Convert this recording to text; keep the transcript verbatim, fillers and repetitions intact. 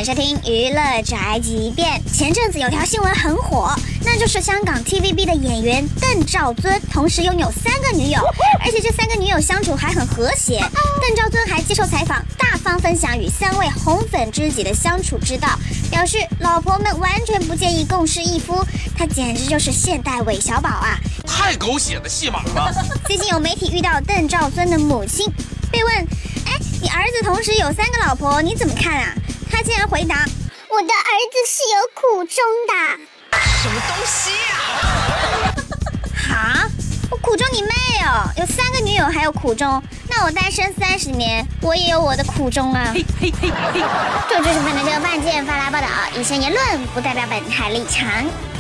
欢收听娱乐宅急便。前阵子有条新闻很火，那就是香港 T V B 的演员邓兆尊同时拥有三个女友，而且这三个女友相处还很和谐。邓兆尊还接受采访，大方分享与三位红粉知己的相处之道，表示老婆们完全不介意共侍一夫，他简直就是现代韦小宝啊！ 太狗血的戏码了。 最近有媒体遇到邓兆尊的母亲，被问：“哎，你儿子同时有三个老婆，你怎么看啊？”他竟然回答：“我的儿子是有苦衷的。” 什么东西呀？ 哈，我苦衷你妹哦！有三个女友还有苦衷，那我单身三十年，我也有我的苦衷啊！ 嘿嘿嘿嘿， 这就是本台这个万件发来报道，以上言论不代表本台立场。